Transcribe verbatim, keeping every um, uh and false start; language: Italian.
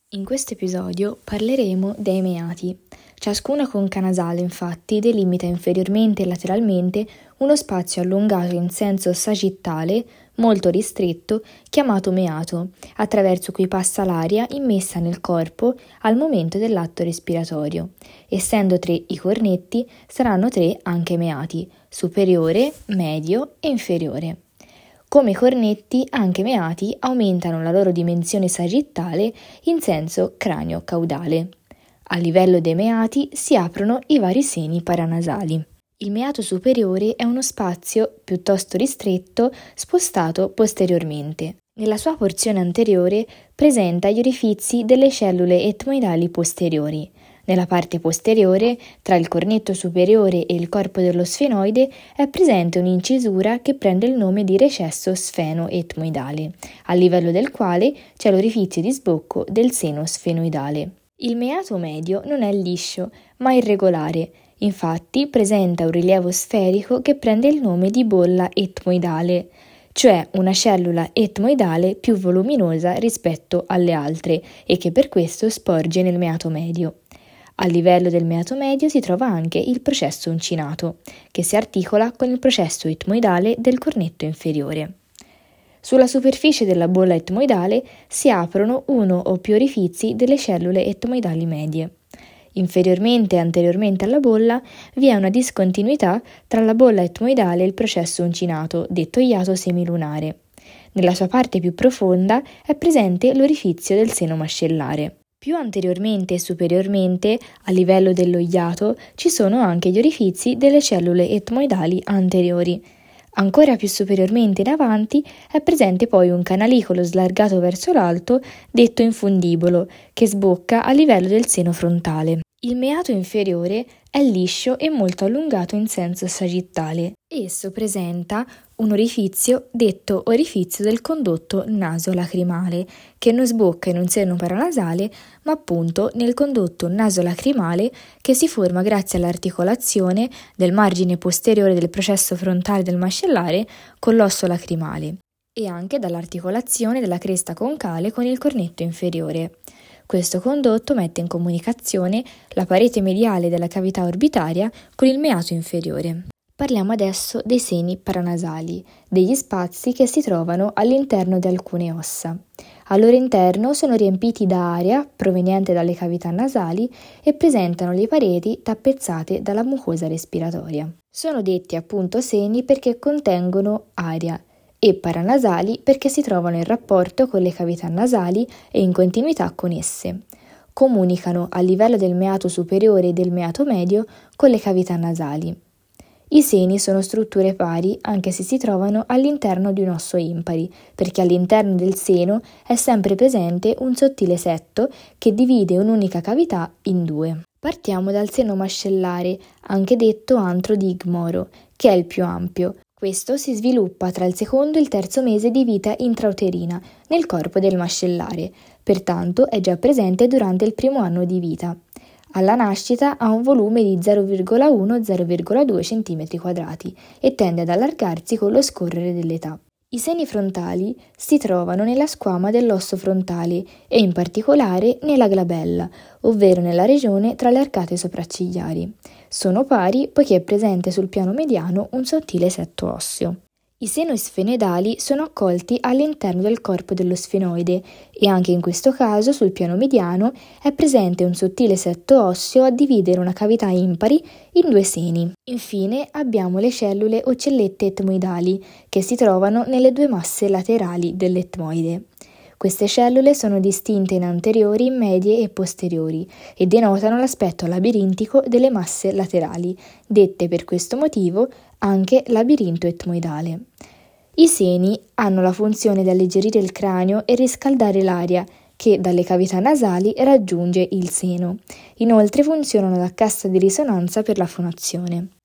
In questo episodio parleremo dei meati. Ciascuna conca nasale, infatti, delimita inferiormente e lateralmente uno spazio allungato in senso sagittale, molto ristretto, chiamato meato, attraverso cui passa l'aria immessa nel corpo al momento dell'atto respiratorio. Essendo tre i cornetti, saranno tre anche meati, superiore, medio e inferiore. Come cornetti, anche meati aumentano la loro dimensione sagittale in senso cranio-caudale. A livello dei meati si aprono i vari seni paranasali. Il meato superiore è uno spazio piuttosto ristretto spostato posteriormente. Nella sua porzione anteriore presenta gli orifizi delle cellule etmoidali posteriori. Nella parte posteriore, tra il cornetto superiore e il corpo dello sfenoide, è presente un'incisura che prende il nome di recesso sfeno-etmoidale, a livello del quale c'è l'orifizio di sbocco del seno sfenoidale. Il meato medio non è liscio, ma irregolare. Infatti presenta un rilievo sferico che prende il nome di bolla etmoidale, cioè una cellula etmoidale più voluminosa rispetto alle altre e che per questo sporge nel meato medio. A livello del meato medio si trova anche il processo uncinato, che si articola con il processo etmoidale del cornetto inferiore. Sulla superficie della bolla etmoidale si aprono uno o più orifizi delle cellule etmoidali medie. Inferiormente e anteriormente alla bolla vi è una discontinuità tra la bolla etmoidale e il processo uncinato, detto iato semilunare. Nella sua parte più profonda è presente l'orifizio del seno mascellare. Più anteriormente e superiormente, a livello dello iato, ci sono anche gli orifizi delle cellule etmoidali anteriori. Ancora più superiormente in avanti è presente poi un canalicolo slargato verso l'alto, detto infundibolo, che sbocca a livello del seno frontale. Il meato inferiore è liscio e molto allungato in senso sagittale. Esso presenta un orifizio detto orifizio del condotto nasolacrimale, che non sbocca in un seno paranasale, ma appunto nel condotto nasolacrimale che si forma grazie all'articolazione del margine posteriore del processo frontale del mascellare con l'osso lacrimale e anche dall'articolazione della cresta concale con il cornetto inferiore. Questo condotto mette in comunicazione la parete mediale della cavità orbitaria con il meato inferiore. Parliamo adesso dei seni paranasali, degli spazi che si trovano all'interno di alcune ossa. Al loro interno sono riempiti da aria proveniente dalle cavità nasali e presentano le pareti tappezzate dalla mucosa respiratoria. Sono detti appunto seni perché contengono aria e paranasali perché si trovano in rapporto con le cavità nasali e in continuità con esse. Comunicano a livello del meato superiore e del meato medio con le cavità nasali. I seni sono strutture pari anche se si trovano all'interno di un osso impari, perché all'interno del seno è sempre presente un sottile setto che divide un'unica cavità in due. Partiamo dal seno mascellare, anche detto antro di Igmoro, che è il più ampio. Questo si sviluppa tra il secondo e il terzo mese di vita intrauterina nel corpo del mascellare, pertanto è già presente durante il primo anno di vita. Alla nascita ha un volume di zero virgola uno zero virgola due centimetri quadrati e tende ad allargarsi con lo scorrere dell'età. I seni frontali si trovano nella squama dell'osso frontale e in particolare nella glabella, ovvero nella regione tra le arcate sopraccigliari. Sono pari poiché è presente sul piano mediano un sottile setto osseo. I seno-sfenoidali sono accolti all'interno del corpo dello sfenoide e anche in questo caso sul piano mediano è presente un sottile setto osseo a dividere una cavità impari in due seni. Infine abbiamo le cellule o cellette etmoidali che si trovano nelle due masse laterali dell'etmoide. Queste cellule sono distinte in anteriori, medie e posteriori e denotano l'aspetto labirintico delle masse laterali, dette per questo motivo anche labirinto etmoidale. I seni hanno la funzione di alleggerire il cranio e riscaldare l'aria che dalle cavità nasali raggiunge il seno. Inoltre funzionano da cassa di risonanza per la fonazione.